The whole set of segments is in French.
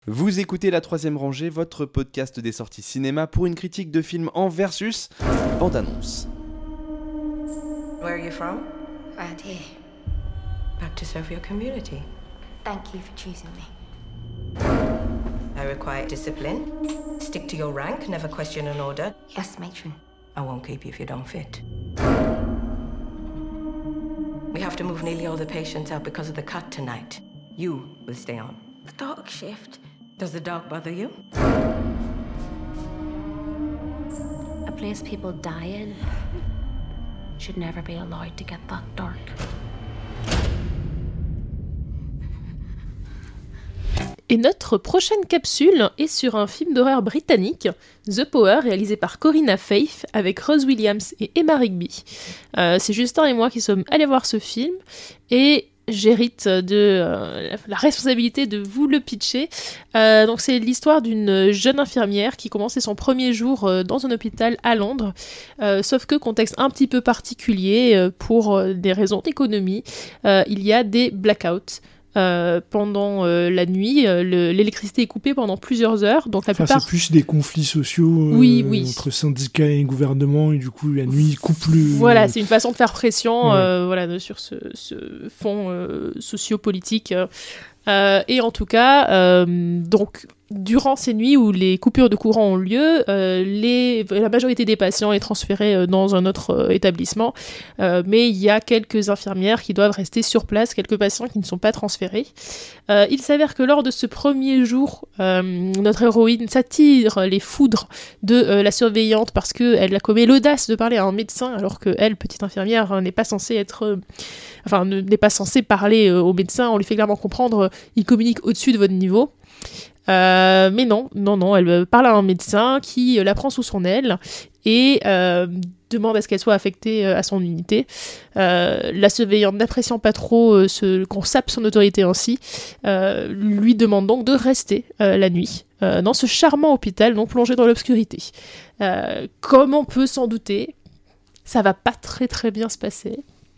Vous écoutez La Troisième Rangée, votre podcast des sorties cinéma pour une critique de film en versus bande-annonce. Where are you from? Around here. Back to serve your community. Thank you for choosing me. I require discipline. Stick to your rank, never question an order. Yes, matron. I won't keep you if you don't fit. We have to move nearly all the patients out because of the cut tonight. You will stay on. The dark shift. Does the dark bother you? A place people die in should never be allowed to get that dark. Et notre prochaine capsule est sur un film d'horreur britannique, The Power, réalisé par Corinna Faith, avec Rose Williams et Emma Rigby. C'est Justin et moi qui sommes allés voir ce film, et j'hérite de la responsabilité de vous le pitcher. Donc c'est l'histoire d'une jeune infirmière qui commençait son premier jour dans un hôpital à Londres, sauf que contexte un petit peu particulier pour des raisons d'économie, il y a des blackouts. Pendant la nuit, l'électricité est coupée pendant plusieurs heures. Donc la plupart... c'est plus des conflits sociaux oui. entre syndicats et gouvernement, et du coup la nuit coupe le... Voilà, c'est une façon de faire pression sur ce fond sociopolitique. Et en tout cas, donc durant ces nuits où les coupures de courant ont lieu, la majorité des patients est transférée dans un autre établissement, mais il y a quelques infirmières qui doivent rester sur place, quelques patients qui ne sont pas transférés. Il s'avère que lors de ce premier jour, notre héroïne s'attire les foudres de la surveillante parce qu'elle a commis l'audace de parler à un médecin, alors qu'elle, petite infirmière, n'est pas censée n'est pas censée parler au médecin. On lui fait clairement comprendre, il communique au-dessus de votre niveau. Mais non, elle parle à un médecin qui la prend sous son aile et demande à ce qu'elle soit affectée à son unité. La surveillante, n'appréciant pas trop qu'on sape son autorité ainsi, lui demande donc de rester la nuit dans ce charmant hôpital, donc plongé dans l'obscurité. Comme on peut s'en douter, ça va pas très très bien se passer.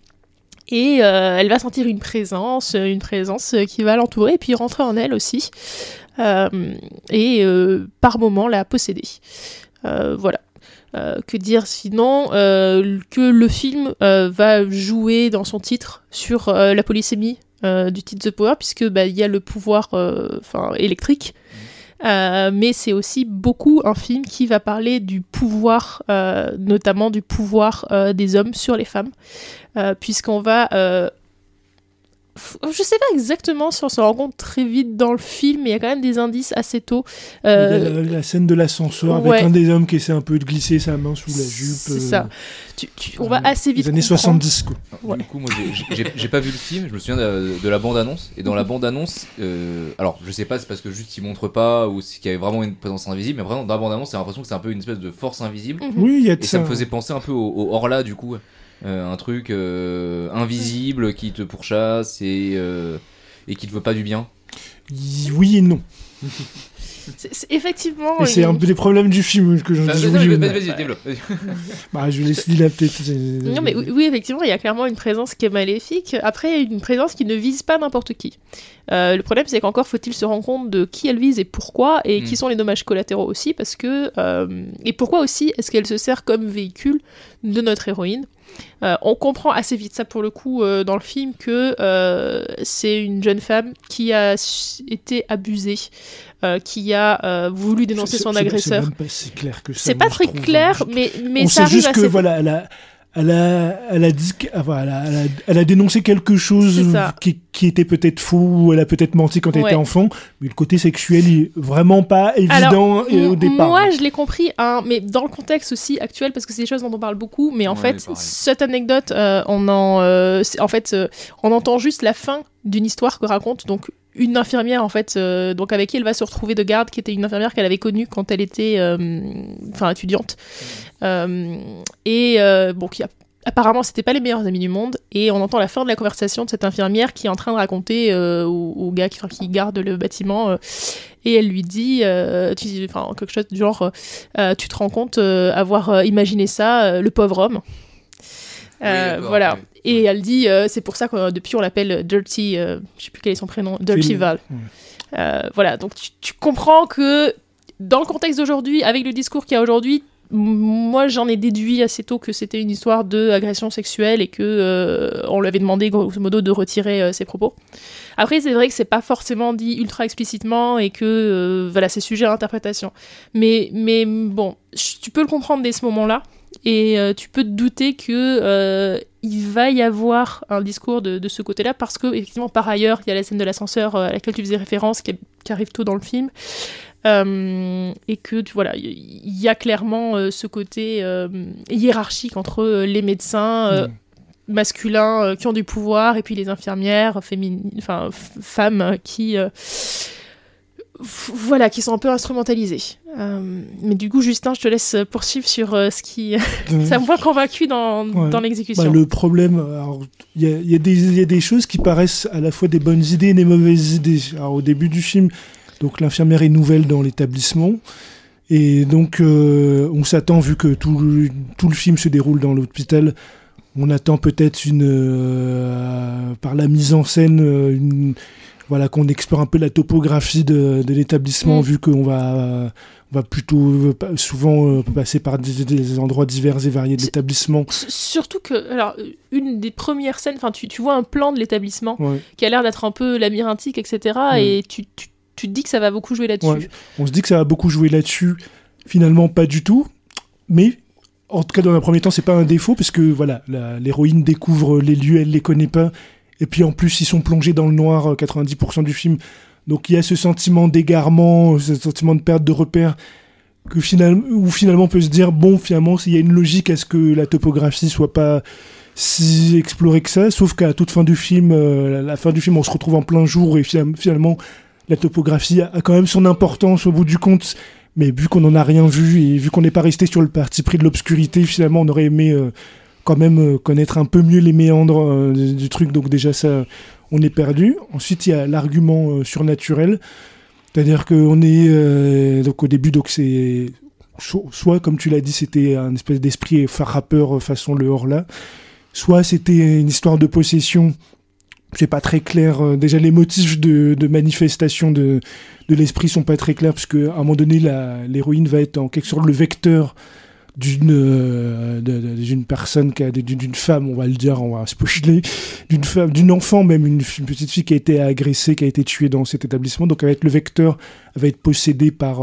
Et elle va sentir une présence qui va l'entourer et puis rentrer en elle aussi. Et par moments la posséder. Voilà. Que dire sinon que le film va jouer dans son titre sur la polysémie du titre The Power, puisque il y a le pouvoir électrique. Mais c'est aussi beaucoup un film qui va parler du pouvoir, notamment du pouvoir des hommes sur les femmes, puisqu'on va... je sais pas exactement si on se rend compte très vite dans le film, mais il y a quand même des indices assez tôt. Il y a la scène de l'ascenseur avec un des hommes qui essaie un peu de glisser sa main sous la jupe. C'est ça. On va assez vite les années 70, quoi. Ouais. Du coup, moi, j'ai pas vu le film, je me souviens de la bande-annonce. Et dans la bande-annonce, alors je sais pas, c'est parce que juste ils montrent pas ou qu'il y avait vraiment une présence invisible, mais vraiment dans la bande-annonce, j'ai l'impression que c'est un peu une espèce de force invisible. Oui, il y a de et ça me faisait penser un peu au Horla, du coup. Un truc invisible qui te pourchasse et qui te veut pas du bien. Oui et non. C'est effectivement... Et c'est un peu des problèmes du film que j'en dis oui ou non. Vas-y, développe. Je laisse Lila peut-être... Non mais oui, effectivement, il y a clairement une présence qui est maléfique. Après, il y a une présence qui ne vise pas n'importe qui. Le problème, c'est qu'encore faut-il se rendre compte de qui elle vise et pourquoi, et qui sont les dommages collatéraux aussi, parce que... et pourquoi aussi est-ce qu'elle se sert comme véhicule de notre héroïne. On comprend assez vite ça pour le coup dans le film que c'est une jeune femme qui a été abusée, qui a voulu dénoncer son agresseur. C'est même pas si clair que ça. C'est pas très clair, mais on ça arrive sait juste que voilà, elle a dit elle a dénoncé quelque chose qui était peut-être faux, ou elle a peut-être menti quand elle était enfant, mais le côté sexuel est vraiment pas évident. Alors, au départ. Moi je l'ai compris, mais dans le contexte aussi actuel, parce que c'est des choses dont on parle beaucoup, mais en fait cette anecdote on entend juste la fin d'une histoire que raconte donc une infirmière en fait, donc avec qui elle va se retrouver de garde, qui était une infirmière qu'elle avait connue quand elle était étudiante, qui apparemment c'était pas les meilleurs amis du monde, et on entend la fin de la conversation de cette infirmière qui est en train de raconter au gars qui garde le bâtiment, et elle lui dit quelque chose du genre tu te rends compte avoir imaginé ça, le pauvre homme. Voilà. Oui. Et elle dit, c'est pour ça que depuis on l'appelle Dirty, je sais plus quel est son prénom, Dirty Val. Voilà, donc tu comprends que dans le contexte d'aujourd'hui, avec le discours qu'il y a aujourd'hui, moi j'en ai déduit assez tôt que c'était une histoire d'agression sexuelle et que on lui avait demandé grosso modo de retirer ses propos. Après c'est vrai que c'est pas forcément dit ultra explicitement et que voilà, c'est sujet à interprétation. Mais bon, tu peux le comprendre dès ce moment-là et tu peux te douter que il va y avoir un discours de ce côté-là parce que effectivement par ailleurs il y a la scène de l'ascenseur à laquelle tu faisais référence qui arrive tôt dans le film. Et que voilà, il y a clairement ce côté hiérarchique entre les médecins masculins qui ont du pouvoir et puis les infirmières femmes qui voilà, qui sont un peu instrumentalisées. Mais du coup, Justin, je te laisse poursuivre sur ce qui ça me voit convaincu dans l'exécution. Le problème, il y a des choses qui paraissent à la fois des bonnes idées et des mauvaises idées. Alors, au début du film, donc l'infirmière est nouvelle dans l'établissement et donc on s'attend, vu que tout le film se déroule dans l'hôpital, on attend peut-être par la mise en scène voilà, qu'on explore un peu la topographie de l'établissement, vu qu'on va plutôt souvent passer par des endroits divers et variés de l'établissement. Surtout que, alors, une des premières scènes, tu vois un plan de l'établissement qui a l'air d'être un peu labyrinthique, etc. Et tu te dis que ça va beaucoup jouer là-dessus. Ouais. On se dit que ça va beaucoup jouer là-dessus. Finalement, pas du tout. Mais, en tout cas, dans un premier temps, c'est pas un défaut, parce que, voilà, l'héroïne découvre les lieux, elle les connaît pas. Et puis, en plus, ils sont plongés dans le noir 90% du film. Donc, il y a ce sentiment d'égarement, ce sentiment de perte de repères, où finalement, on peut se dire, bon, finalement, s'il y a une logique à ce que la topographie soit pas si explorée que ça. Sauf qu'à toute fin du film, la fin du film, on se retrouve en plein jour, et finalement, la topographie a quand même son importance au bout du compte, mais vu qu'on n'en a rien vu et vu qu'on n'est pas resté sur le parti pris de l'obscurité, finalement on aurait aimé quand même connaître un peu mieux les méandres du truc, donc déjà ça, on est perdu. Ensuite il y a l'argument surnaturel, c'est-à-dire qu'on est donc au début, donc c'est soit comme tu l'as dit, c'était un espèce d'esprit rappeur façon le Horla, soit c'était une histoire de possession. C'est pas très clair. Déjà, les motifs de manifestation de l'esprit sont pas très clairs, parce qu'à un moment donné, l'héroïne va être en quelque sorte le vecteur d'une personne, d'une femme, on va le dire, on va spoiler, d'une enfant, même une petite fille qui a été agressée, qui a été tuée dans cet établissement. Donc, elle va être le vecteur, elle va être possédée par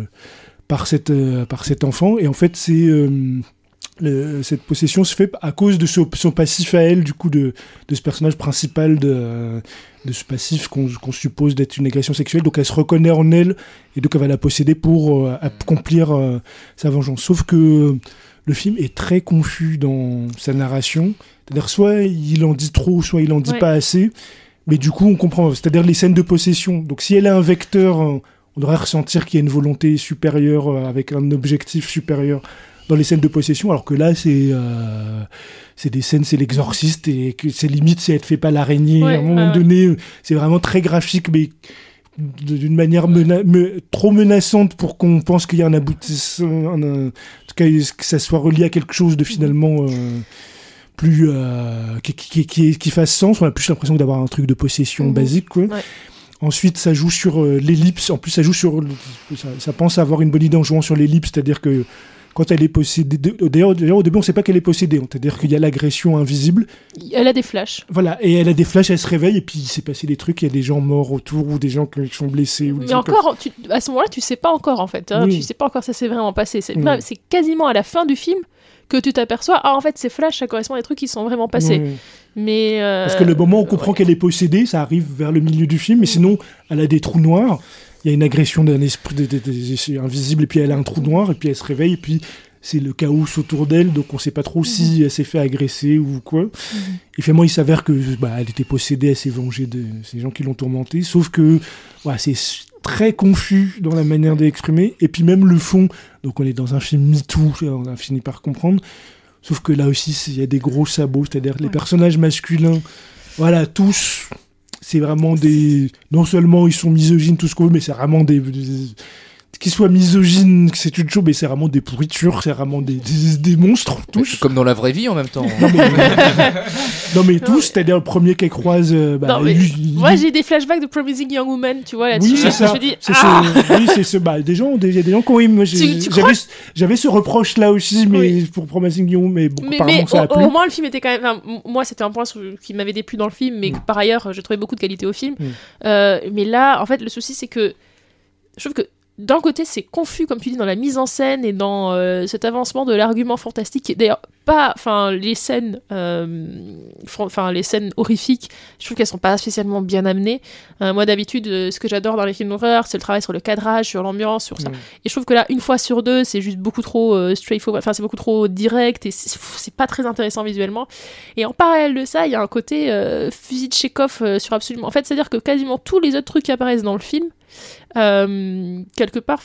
cet enfant. Et en fait, cette possession se fait à cause de son passif à elle, du coup, de ce personnage principal, de ce passif qu'on suppose d'être une agression sexuelle. Donc elle se reconnaît en elle, et donc elle va la posséder pour accomplir sa vengeance. Sauf que le film est très confus dans sa narration. C'est-à-dire, soit il en dit trop, soit il en dit pas assez. Mais du coup, on comprend. C'est-à-dire les scènes de possession. Donc si elle a un vecteur, on devrait ressentir qu'il y a une volonté supérieure, avec un objectif supérieur dans les scènes de possession, alors que là c'est des scènes, c'est l'exorciste, et que c'est limite si elle ne fait pas l'araignée, à un moment donné, c'est vraiment très graphique, mais d'une manière trop menaçante pour qu'on pense qu'il y a un aboutissement, en tout cas que ça soit relié à quelque chose de finalement plus qui fasse sens. On a plus l'impression d'avoir un truc de possession basique, quoi. Ensuite, ça joue sur l'ellipse. En plus, ça pense avoir une bonne idée en jouant sur l'ellipse, c'est-à-dire que quand elle est possédée... D'ailleurs, au début, on ne sait pas qu'elle est possédée. C'est-à-dire qu'il y a l'agression invisible. Elle a des flashs. Voilà, et elle a des flashs, elle se réveille, et puis il s'est passé des trucs, il y a des gens morts autour, ou des gens qui sont blessés. Ou mais encore, à ce moment-là, tu ne sais pas encore, en fait. Hein, tu ne sais pas encore ça s'est vraiment passé. C'est quasiment à la fin du film que tu t'aperçois, en fait, ces flashs, ça correspond à des trucs qui sont vraiment passés. Mais parce que le moment où on comprend qu'elle est possédée, ça arrive vers le milieu du film, mais sinon, elle a des trous noirs. Il y a une agression d'un esprit invisible, et puis elle a un trou noir, et puis elle se réveille, et puis c'est le chaos autour d'elle, donc on ne sait pas trop si elle s'est fait agresser ou quoi. Et finalement, il s'avère que elle était possédée, elle s'est vengée de ces gens qui l'ont tourmentée, sauf que c'est très confus dans la manière d'exprimer, et puis même le fond, donc on est dans un film MeToo, on a fini par comprendre, sauf que là aussi, il y a des gros sabots, c'est-à-dire les personnages masculins, voilà, tous... C'est vraiment non seulement ils sont misogynes, tout ce qu'on veut, mais c'est vraiment qu'ils soient misogynes, que c'est une chose, mais c'est vraiment des pourritures, c'est vraiment des monstres, tous. Comme dans la vraie vie en même temps. Non mais tous, c'est-à-dire le premier qu'elle croise. Moi j'ai des flashbacks de Promising Young Woman, tu vois là-dessus. Oui, c'est ça. Je me dis, oui, c'est ce. Des gens qui ont aimé. Moi, j'avais ce reproche là aussi, mais pour Promising Young, mais bon, apparemment ça a plu. Au moins le film était quand même. Enfin, moi c'était un point qui m'avait déplu dans le film, mais par ailleurs j'ai trouvé beaucoup de qualité au film. Mais là, en fait, le souci c'est que je trouve que d'un côté, c'est confus, comme tu dis, dans la mise en scène et dans cet avancement de l'argument fantastique. D'ailleurs, les scènes horrifiques, je trouve qu'elles sont pas spécialement bien amenées. Moi, d'habitude, ce que j'adore dans les films d'horreur, c'est le travail sur le cadrage, sur l'ambiance, sur ça. Et je trouve que là, une fois sur deux, c'est juste beaucoup trop straightforward. Enfin, c'est beaucoup trop direct et c'est pas très intéressant visuellement. Et en parallèle de ça, il y a un côté fusil de Chekhov sur absolument. En fait, c'est-à-dire que quasiment tous les autres trucs qui apparaissent dans le film, quelque part,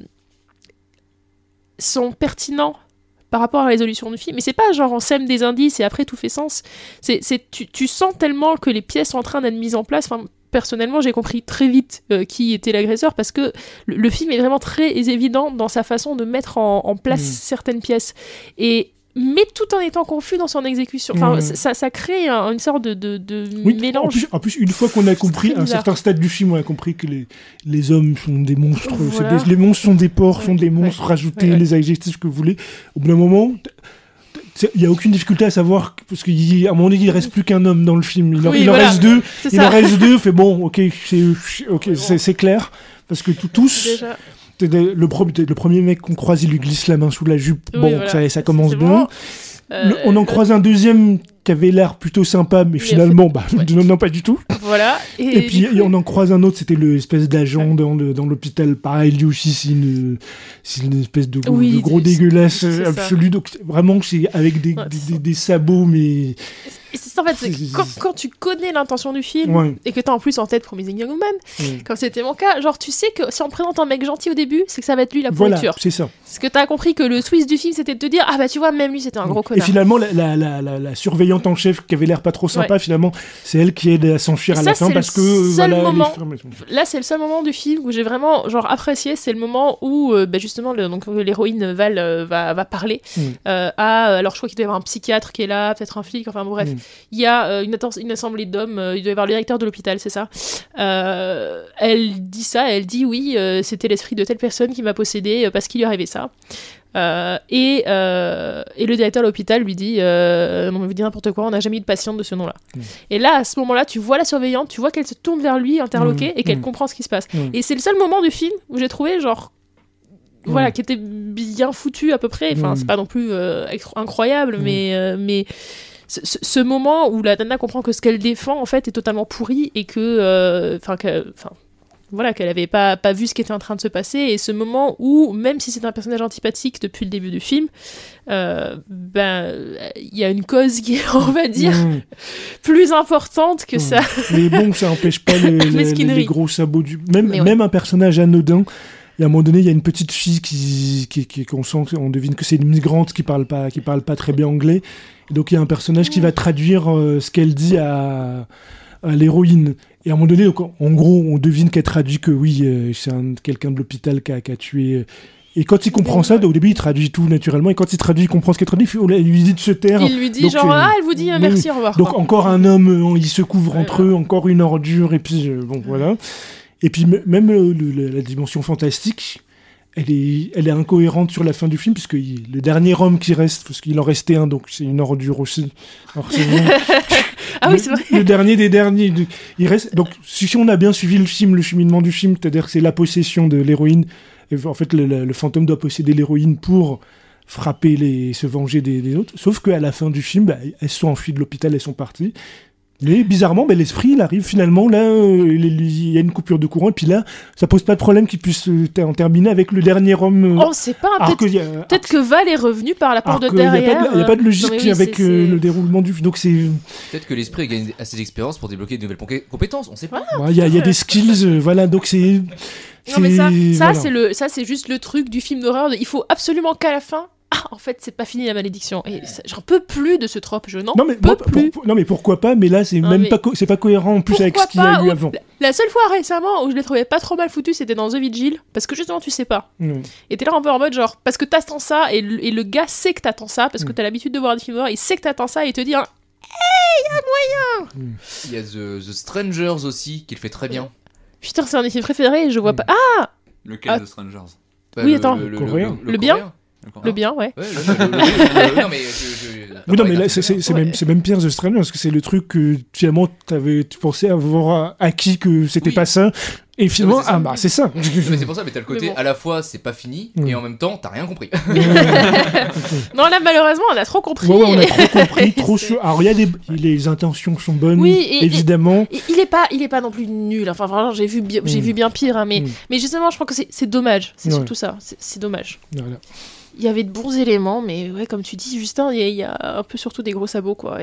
sont pertinents par rapport à la résolution du film. Mais c'est pas genre on sème des indices et après tout fait sens. Tu sens tellement que les pièces sont en train d'être mises en place. Personnellement, j'ai compris très vite qui était l'agresseur parce que le film est vraiment très évident dans sa façon de mettre en place certaines pièces. Mais tout en étant confus dans son exécution. Ça crée une sorte de mélange. En plus, une fois qu'on a compris, à un certain stade du film, on a compris que les hommes sont des monstres. Voilà. Les monstres sont des porcs, sont des monstres. Rajoutez les adjectifs que vous voulez. Au bout d'un moment, il n'y a aucune difficulté à savoir, parce qu'à un moment donné, il ne reste plus qu'un homme dans le film. Il en reste deux. En reste deux. Fait bon, ok, c'est clair. Parce que tous... Déjà. Le premier mec qu'on croise, il lui glisse la main sous la jupe. Ça commence bien. On en croise un deuxième qui avait l'air plutôt sympa, mais finalement, non, pas du tout. Voilà. Et puis, on en croise un autre, c'était l'espèce d'agent dans l'hôpital. Pareil, lui aussi, c'est une espèce de gros dégueulasse absolu. Donc, vraiment, c'est avec des sabots, mais... Et c'est ça, en fait, quand tu connais l'intention du film et que t'as en plus en tête Promising Young Woman, comme c'était mon cas, genre tu sais que si on présente un mec gentil au début, c'est que ça va être lui la pourriture. Voilà, c'est ça. Parce que t'as compris que le twist du film, c'était de te dire tu vois, même lui c'était un gros connard. Et finalement, la surveillante en chef qui avait l'air pas trop sympa, finalement, c'est elle qui aide à s'enfuir à la fin parce que là, c'est le seul moment du film où j'ai vraiment apprécié, c'est le moment où justement l'héroïne Val va parler alors je crois qu'il doit y avoir un psychiatre qui est là, peut-être un flic, enfin bon, bref. Il y a une assemblée d'hommes, il doit y avoir le directeur de l'hôpital, c'est ça. Elle dit ça, elle dit oui, c'était l'esprit de telle personne qui m'a possédé parce qu'il lui arrivait ça. Et le directeur de l'hôpital lui dit non mais vous dites n'importe quoi, on n'a jamais eu de patiente de ce nom-là. Et là, à ce moment-là, tu vois la surveillante, tu vois qu'elle se tourne vers lui, interloquée, et qu'elle comprend ce qui se passe. Et c'est le seul moment du film où j'ai trouvé qui était bien foutu à peu près. Enfin, c'est pas non plus incroyable, mais ce moment où la nana comprend que ce qu'elle défend en fait est totalement pourri et que qu'elle avait pas vu ce qui était en train de se passer, et ce moment où même si c'est un personnage antipathique depuis le début du film, il y a une cause qui est, on va dire, plus importante que ça. Mais bon, ça empêche pas les gros sabots même un personnage anodin. Et à un moment donné, il y a une petite fille on devine que c'est une migrante qui parle pas très bien anglais. Et donc il y a un personnage qui va traduire ce qu'elle dit à l'héroïne. Et à un moment donné, donc, en gros, on devine qu'elle traduit que c'est quelqu'un de l'hôpital qui a tué. Et quand il comprend ça, au début, il traduit tout naturellement. Et quand il traduit, il comprend ce qu'elle traduit, il lui dit de se taire. Il lui dit donc, elle vous dit merci, au revoir. Donc encore un homme, ils se couvrent entre eux, encore une ordure, et puis voilà. Et puis même la dimension fantastique, elle est incohérente sur la fin du film, puisque le dernier homme qui reste, parce qu'il en restait un, donc c'est une ordure aussi. Alors, c'est c'est vrai. Le dernier des derniers. Il reste, donc si on a bien suivi le cheminement du film, c'est-à-dire que c'est la possession de l'héroïne. Et en fait, le fantôme doit posséder l'héroïne pour frapper se venger des autres. Sauf qu'à la fin du film, elles sont enfuies de l'hôpital, elles sont parties. Mais bizarrement, l'esprit, il arrive finalement, là, il y a une coupure de courant, et puis là, ça pose pas de problème qu'il puisse en terminer avec le dernier homme. On sait pas, peut-être que Val est revenu par la porte de derrière. Il n'y a pas de logique avec le déroulement du film. Donc c'est... Peut-être que l'esprit a gagné assez d'expérience pour débloquer de nouvelles compétences, on sait pas. Il y a des skills, voilà, donc c'est... Non mais ça c'est juste le truc du film d'horreur, il faut absolument qu'à la fin, en fait c'est pas fini la malédiction, et j'en peux plus de ce trope, je n'en peux plus. Non mais pourquoi pas, mais là c'est c'est pas cohérent en plus avec ce qu'il y a eu avant. La seule fois récemment où je l'ai trouvé pas trop mal foutu, c'était dans The Vigil, parce que justement tu sais pas. Et t'es là un peu en mode genre, parce que t'attends ça, et le gars sait que t'attends ça, parce que t'as l'habitude de voir des films d'horreur, il sait que t'attends ça, et il te dit hey, y a moyen. Il y a The Strangers aussi, qui le fait très bien. Putain, c'est un de mes films préférés, je vois pas... Ah Lequel The Strangers? Oui, attends. Le bien. Le bien, ouais. Non mais oui, non mais là c'est même pire The Strangers, parce que c'est le truc que finalement tu pensais avoir acquis que c'était pas ça. Et finalement, c'est ça. Mais c'est pour ça, mais t'as le côté à la fois c'est pas fini et en même temps t'as rien compris. Non, là malheureusement on a trop compris. Ouais, on a trop compris, trop chaud. Alors il y a les intentions sont bonnes, évidemment. Et il est pas non plus nul. Enfin vraiment, j'ai vu bien pire, hein, mais justement, je crois que c'est dommage. C'est surtout ça. C'est dommage. Voilà. Il y avait de bons éléments, mais ouais, comme tu dis, Justin, il y a un peu surtout des gros sabots, quoi.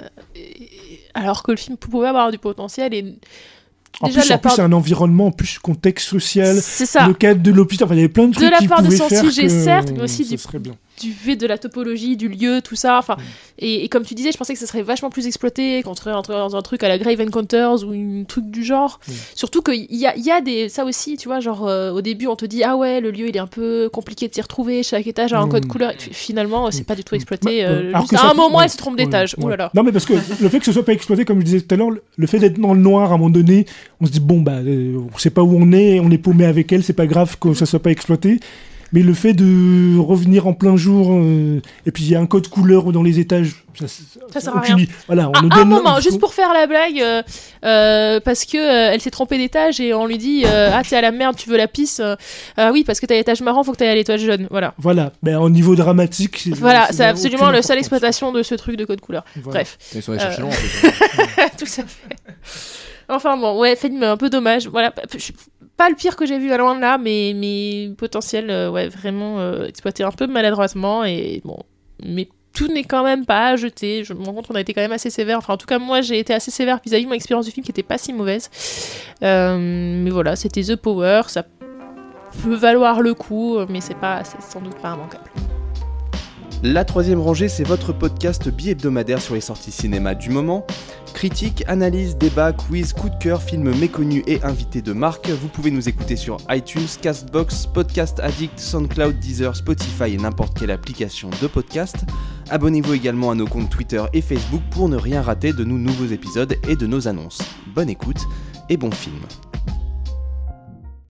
Alors que le film pouvait avoir du potentiel et... En plus, c'est un environnement, en plus, contexte social, c'est ça. Le cadre de l'hôpital, enfin, il y avait plein de trucs qui pouvaient faire de la part de Sancy, certes, mais aussi du fait de la topologie, du lieu, tout ça. Enfin, et comme tu disais, je pensais que ça serait vachement plus exploité, qu'on serait dans un truc à la Grave Encounters ou un truc du genre. Surtout qu'il y a des... Ça aussi, tu vois, genre, au début, on te dit, ah ouais, le lieu, il est un peu compliqué de s'y retrouver, chaque étage a un code couleur. Finalement, c'est pas du tout exploité. Juste à un moment, elle se trompe d'étage. Ouh là là. Non, mais parce que le fait que ce soit pas exploité, comme je disais tout à l'heure, le fait d'être dans le noir, à un moment donné, on se dit, bon, on sait pas où on est paumé avec elle, c'est pas grave que ça soit pas exploité. Mais le fait de revenir en plein jour, et puis il y a un code couleur dans les étages, ça sert à rien. Voilà, on nous donne un moment, juste pour faire la blague, parce que elle s'est trompée d'étage et on lui dit t'es à la merde, tu veux la pisse. Oui, parce que t'as l'étage marron, faut que t'ailles à l'étage jaune. Voilà. Voilà, mais au niveau dramatique, c'est absolument la seule exploitation de ce truc de code couleur. Voilà. Bref. Ils sont allés chercher loin, en fait. Tout ça fait. Enfin bon, ouais, film un peu dommage. Voilà. Pas le pire que j'ai vu à loin de là, mais potentiel, ouais, vraiment exploité un peu maladroitement, et bon, mais tout n'est quand même pas à jeter. Je me rends compte qu'on a été quand même assez sévère, enfin en tout cas moi j'ai été assez sévère vis-à-vis de mon expérience du film qui était pas si mauvaise, mais voilà, c'était The Power, ça peut valoir le coup, mais c'est sans doute pas immanquable. La troisième rangée, c'est votre podcast bi-hebdomadaire sur les sorties cinéma du moment. Critique, analyse, débat, quiz, coup de cœur, films méconnus et invités de marque. Vous pouvez nous écouter sur iTunes, Castbox, Podcast Addict, SoundCloud, Deezer, Spotify et n'importe quelle application de podcast. Abonnez-vous également à nos comptes Twitter et Facebook pour ne rien rater de nos nouveaux épisodes et de nos annonces. Bonne écoute et bon film.